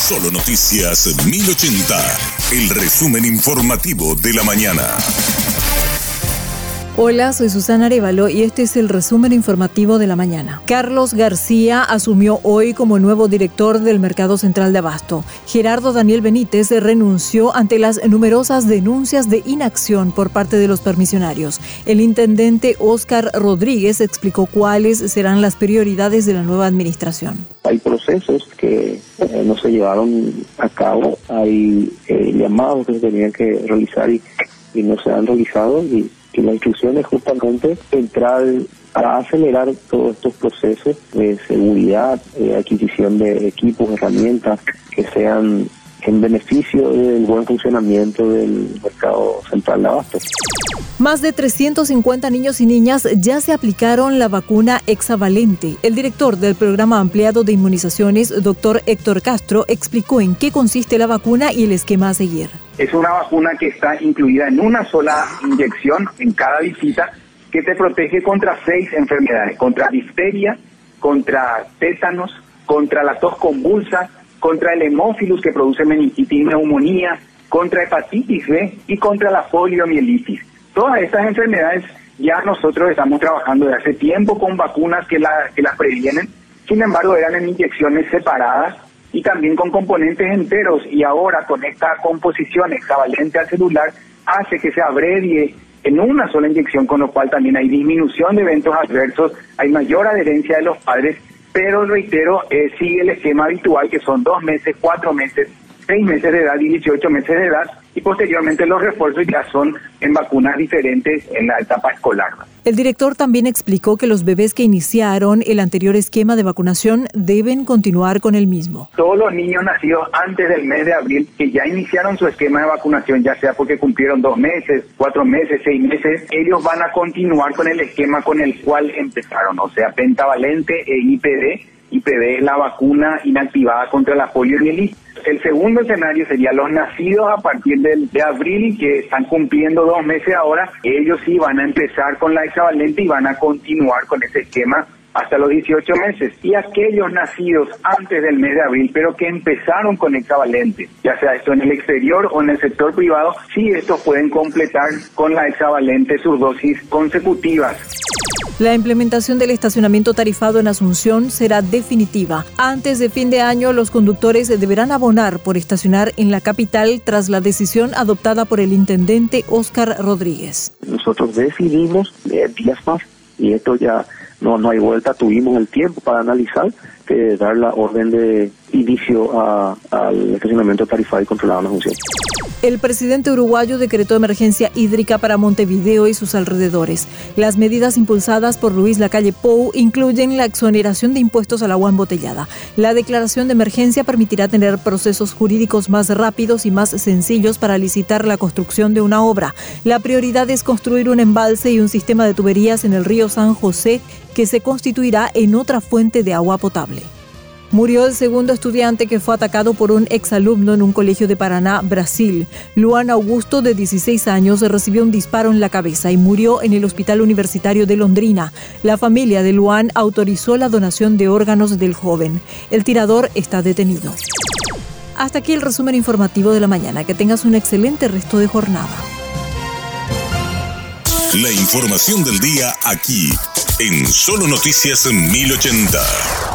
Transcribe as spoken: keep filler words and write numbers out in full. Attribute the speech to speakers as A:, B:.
A: Solo Noticias mil ochenta, el resumen informativo de la mañana.
B: Hola, soy Susana Arévalo y este es el resumen informativo de la mañana. Carlos García asumió hoy como nuevo director del Mercado Central de Abasto. Gerardo Daniel Benítez renunció ante las numerosas denuncias de inacción por parte de los permisionarios. El intendente Óscar Rodríguez explicó cuáles serán las prioridades de la nueva administración.
C: Hay procesos que eh, no se llevaron a cabo, hay eh, llamados que se tenían que realizar y, y no se han realizado y Y la instrucción es justamente entrar a acelerar todos estos procesos de seguridad, de adquisición de equipos, herramientas que sean en beneficio del buen funcionamiento del mercado central de abasto.
B: Más de trescientos cincuenta niños y niñas ya se aplicaron la vacuna hexavalente. El director del programa ampliado de inmunizaciones, doctor Héctor Castro, explicó en qué consiste la vacuna y el esquema a seguir.
D: Es una vacuna que está incluida en una sola inyección en cada visita que te protege contra seis enfermedades, contra difteria, contra tétanos, contra la tos convulsa, contra el hemófilus que produce meningitis y neumonía, contra hepatitis B y contra la poliomielitis. Todas estas enfermedades ya nosotros estamos trabajando desde hace tiempo con vacunas que, la, que las previenen, sin embargo eran en inyecciones separadas y también con componentes enteros, y ahora con esta composición hexavalente al celular hace que se abrevie en una sola inyección, con lo cual también hay disminución de eventos adversos, hay mayor adherencia de los padres, pero reitero, eh, sigue el esquema habitual que son dos meses, cuatro meses, seis meses de edad y dieciocho meses de edad, y posteriormente los refuerzos ya son en vacunas diferentes en la etapa escolar.
B: El director también explicó que los bebés que iniciaron el anterior esquema de vacunación deben continuar con el mismo.
D: Todos los niños nacidos antes del mes de abril que ya iniciaron su esquema de vacunación, ya sea porque cumplieron dos meses, cuatro meses, seis meses, ellos van a continuar con el esquema con el cual empezaron, o sea, pentavalente e I P D. I P D es la vacuna inactivada contra la poliomielitis. El segundo escenario sería los nacidos a partir del, de abril y que están cumpliendo dos meses ahora. Ellos sí van a empezar con la hexavalente y van a continuar con ese esquema hasta los dieciocho meses. Y aquellos nacidos antes del mes de abril, pero que empezaron con hexavalente, ya sea esto en el exterior o en el sector privado, sí estos pueden completar con la hexavalente sus dosis consecutivas.
B: La implementación del estacionamiento tarifado en Asunción será definitiva. Antes de fin de año, los conductores deberán abonar por estacionar en la capital tras la decisión adoptada por el intendente Óscar Rodríguez.
C: Nosotros decidimos días más y esto ya no, no hay vuelta. Tuvimos el tiempo para analizar que dar la orden de inicio a, al estacionamiento tarifado y controlado en Asunción.
B: El presidente uruguayo decretó emergencia hídrica para Montevideo y sus alrededores. Las medidas impulsadas por Luis Lacalle Pou incluyen la exoneración de impuestos al agua embotellada. La declaración de emergencia permitirá tener procesos jurídicos más rápidos y más sencillos para licitar la construcción de una obra. La prioridad es construir un embalse y un sistema de tuberías en el río San José que se constituirá en otra fuente de agua potable. Murió el segundo estudiante que fue atacado por un exalumno en un colegio de Paraná, Brasil. Luan Augusto, de dieciséis años, recibió un disparo en la cabeza y murió en el Hospital Universitario de Londrina. La familia de Luan autorizó la donación de órganos del joven. El tirador está detenido. Hasta aquí el resumen informativo de la mañana. Que tengas un excelente resto de jornada.
A: La información del día aquí, en Solo Noticias mil ochenta.